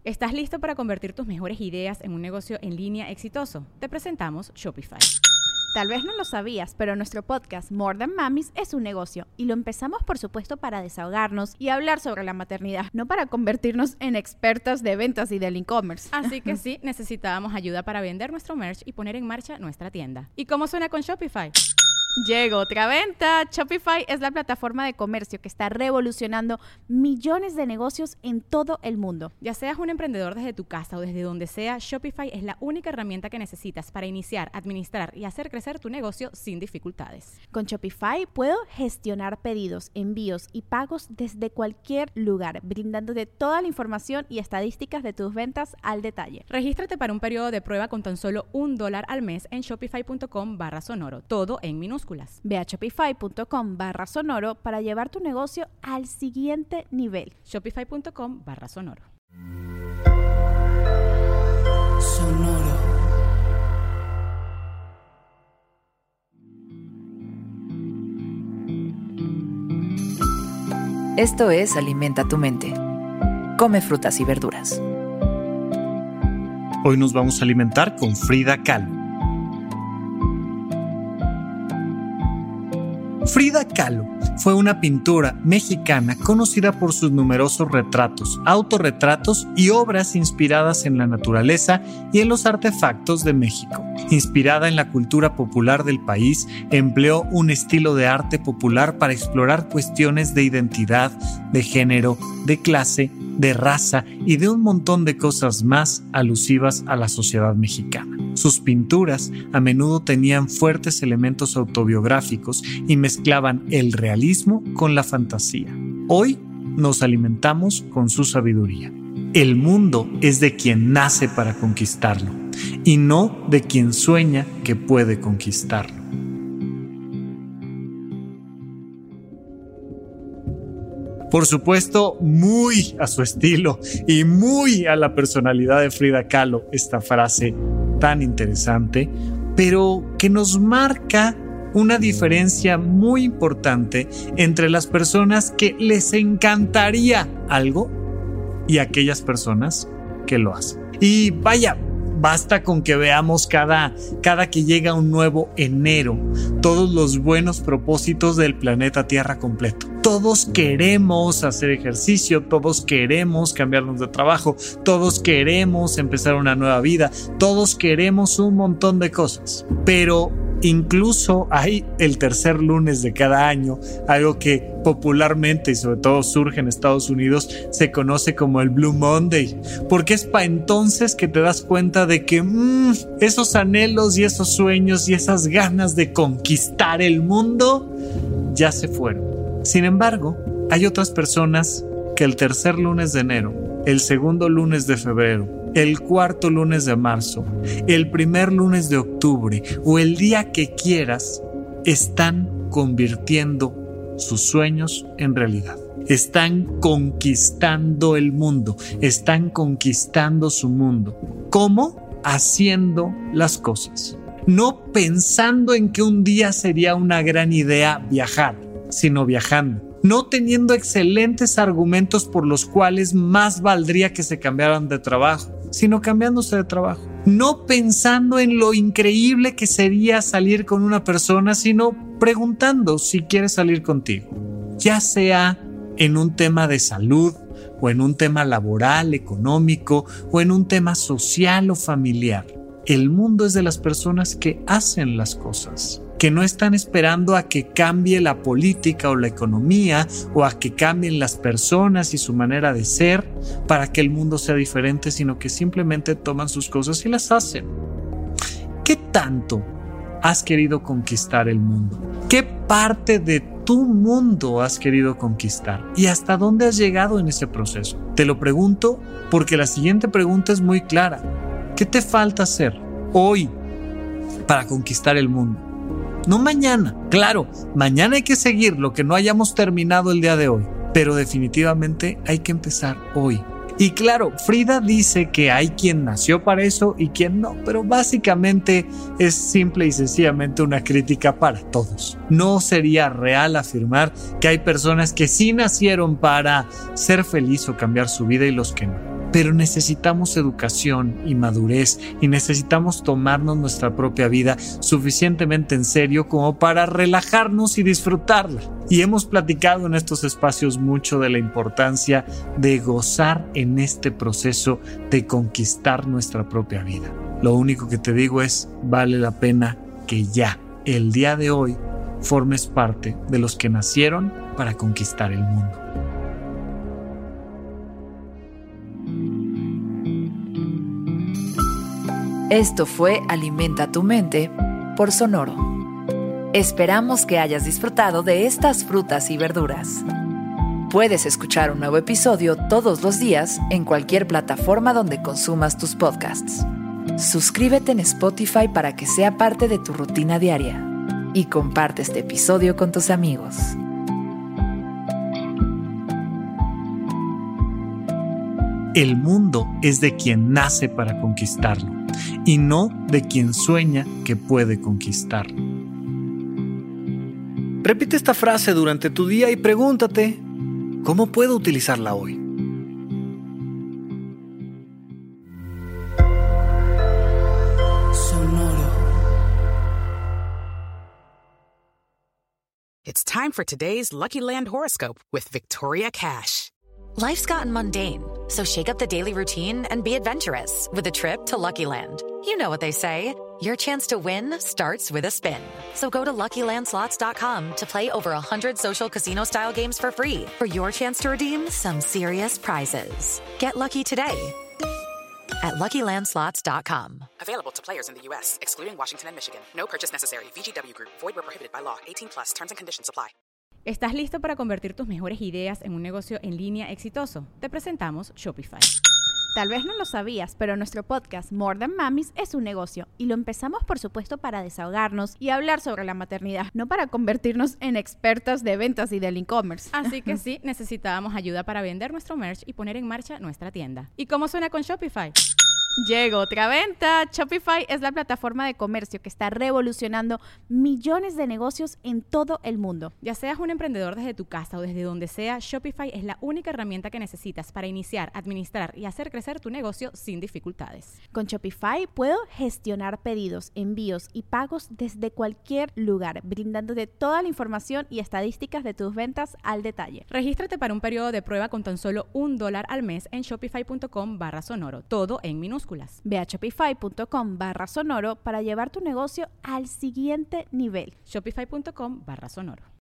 ¿Estás listo para convertir tus mejores ideas en un negocio en línea exitoso? Te presentamos Shopify. Tal vez no lo sabías, pero nuestro podcast More Than Mamis es un negocio y lo empezamos por supuesto para desahogarnos y hablar sobre la maternidad, no para convertirnos en expertas de ventas y del e-commerce. Así que sí, necesitábamos ayuda para vender nuestro merch y poner en marcha nuestra tienda. ¿Y cómo suena con Shopify? Llegó otra venta. Shopify es la plataforma de comercio que está revolucionando millones de negocios en todo el mundo. Ya seas un emprendedor desde tu casa o desde donde sea, Shopify es la única herramienta que necesitas para iniciar, administrar y hacer crecer tu negocio sin dificultades. Con Shopify puedo gestionar pedidos, envíos y pagos desde cualquier lugar, brindándote toda la información y estadísticas de tus ventas al detalle. Regístrate para un periodo de prueba con tan solo $1 al mes en shopify.com/sonoro, todo en minúsculas. Ve a shopify.com/sonoro para llevar tu negocio al siguiente nivel. Shopify.com/sonoro. Sonoro. Esto es Alimenta tu mente. Come frutas y verduras. Hoy nos vamos a alimentar con Frida Kahlo. Frida Kahlo fue una pintora mexicana conocida por sus numerosos retratos, autorretratos y obras inspiradas en la naturaleza y en los artefactos de México. Inspirada en la cultura popular del país, empleó un estilo de arte popular para explorar cuestiones de identidad, de género, de clase, de raza y de un montón de cosas más alusivas a la sociedad mexicana. Sus pinturas a menudo tenían fuertes elementos autobiográficos y mezclaban el realismo con la fantasía. Hoy nos alimentamos con su sabiduría. El mundo es de quien nace para conquistarlo y no de quien sueña que puede conquistarlo. Por supuesto, muy a su estilo y muy a la personalidad de Frida Kahlo, esta frase tan interesante, pero que nos marca una diferencia muy importante entre las personas que les encantaría algo y aquellas personas que lo hacen. Y vaya, basta con que veamos cada que llega un nuevo enero, todos los buenos propósitos del planeta Tierra completo. Todos queremos hacer ejercicio, todos queremos cambiarnos de trabajo, todos queremos empezar una nueva vida, todos queremos un montón de cosas. Pero incluso hay el tercer lunes de cada año, algo que popularmente y sobre todo surge en Estados Unidos, se conoce como el Blue Monday, porque es para entonces que te das cuenta de que esos anhelos y esos sueños y esas ganas de conquistar el mundo ya se fueron. Sin embargo, hay otras personas que el tercer lunes de enero, el segundo lunes de febrero, el cuarto lunes de marzo, el primer lunes de octubre o el día que quieras, están convirtiendo sus sueños en realidad. Están conquistando el mundo, están conquistando su mundo. ¿Cómo? Haciendo las cosas. No pensando en que un día sería una gran idea viajar, sino viajando. No teniendo excelentes argumentos por los cuales más valdría que se cambiaran de trabajo, sino cambiándose de trabajo. No pensando en lo increíble que sería salir con una persona, sino preguntando si quiere salir contigo. Ya sea en un tema de salud, o en un tema laboral, económico, o en un tema social o familiar. El mundo es de las personas que hacen las cosas, que no están esperando a que cambie la política o la economía o a que cambien las personas y su manera de ser para que el mundo sea diferente, sino que simplemente toman sus cosas y las hacen. ¿Qué tanto has querido conquistar el mundo? ¿Qué parte de tu mundo has querido conquistar? ¿Y hasta dónde has llegado en ese proceso? Te lo pregunto porque la siguiente pregunta es muy clara. ¿Qué te falta hacer hoy para conquistar el mundo? No mañana. Claro, mañana hay que seguir lo que no hayamos terminado el día de hoy, pero definitivamente hay que empezar hoy. Y claro, Frida dice que hay quien nació para eso y quien no, pero básicamente es simple y sencillamente una crítica para todos. No sería real afirmar que hay personas que sí nacieron para ser feliz o cambiar su vida y los que no. pero necesitamos educación y madurez y necesitamos tomarnos nuestra propia vida suficientemente en serio como para relajarnos y disfrutarla. Y hemos platicado en estos espacios mucho de la importancia de gozar en este proceso de conquistar nuestra propia vida. Lo único que te digo es, vale la pena que ya, el día de hoy, formes parte de los que nacieron para conquistar el mundo. Esto fue Alimenta tu mente por Sonoro. Esperamos que hayas disfrutado de estas frutas y verduras. Puedes escuchar un nuevo episodio todos los días en cualquier plataforma donde consumas tus podcasts. Suscríbete en Spotify para que sea parte de tu rutina diaria y comparte este episodio con tus amigos. El mundo es de quien nace para conquistarlo y no de quien sueña que puede conquistarlo. Repite esta frase durante tu día y pregúntate, ¿cómo puedo utilizarla hoy? It's time for today's Lucky Land horoscope with Victoria Cash. Life's gotten mundane, so shake up the daily routine and be adventurous with a trip to Lucky Land. You know what they say, your chance to win starts with a spin. So go to LuckyLandSlots.com to play over 100 social casino-style games for free for your chance to redeem some serious prizes. Get lucky today at LuckyLandSlots.com. Available to players in the U.S., excluding Washington and Michigan. No purchase necessary. VGW Group. Void where prohibited by law. 18+. Terms and conditions apply. ¿Estás listo para convertir tus mejores ideas en un negocio en línea exitoso? Te presentamos Shopify. Tal vez no lo sabías, pero nuestro podcast More Than Mamis es un negocio y lo empezamos por supuesto para desahogarnos y hablar sobre la maternidad, no para convertirnos en expertas de ventas y del e-commerce. Así que sí, necesitábamos ayuda para vender nuestro merch y poner en marcha nuestra tienda. ¿Y cómo suena con Shopify? Llegó otra venta. Shopify es la plataforma de comercio que está revolucionando millones de negocios en todo el mundo. Ya seas un emprendedor desde tu casa o desde donde sea, Shopify es la única herramienta que necesitas para iniciar, administrar y hacer crecer tu negocio sin dificultades. Con Shopify puedo gestionar pedidos, envíos y pagos desde cualquier lugar, brindándote toda la información y estadísticas de tus ventas al detalle. Regístrate para un periodo de prueba con tan solo $1 al mes en shopify.com/sonoro, todo en minúsculas. Ve a shopify.com/sonoro para llevar tu negocio al siguiente nivel. Shopify.com/sonoro.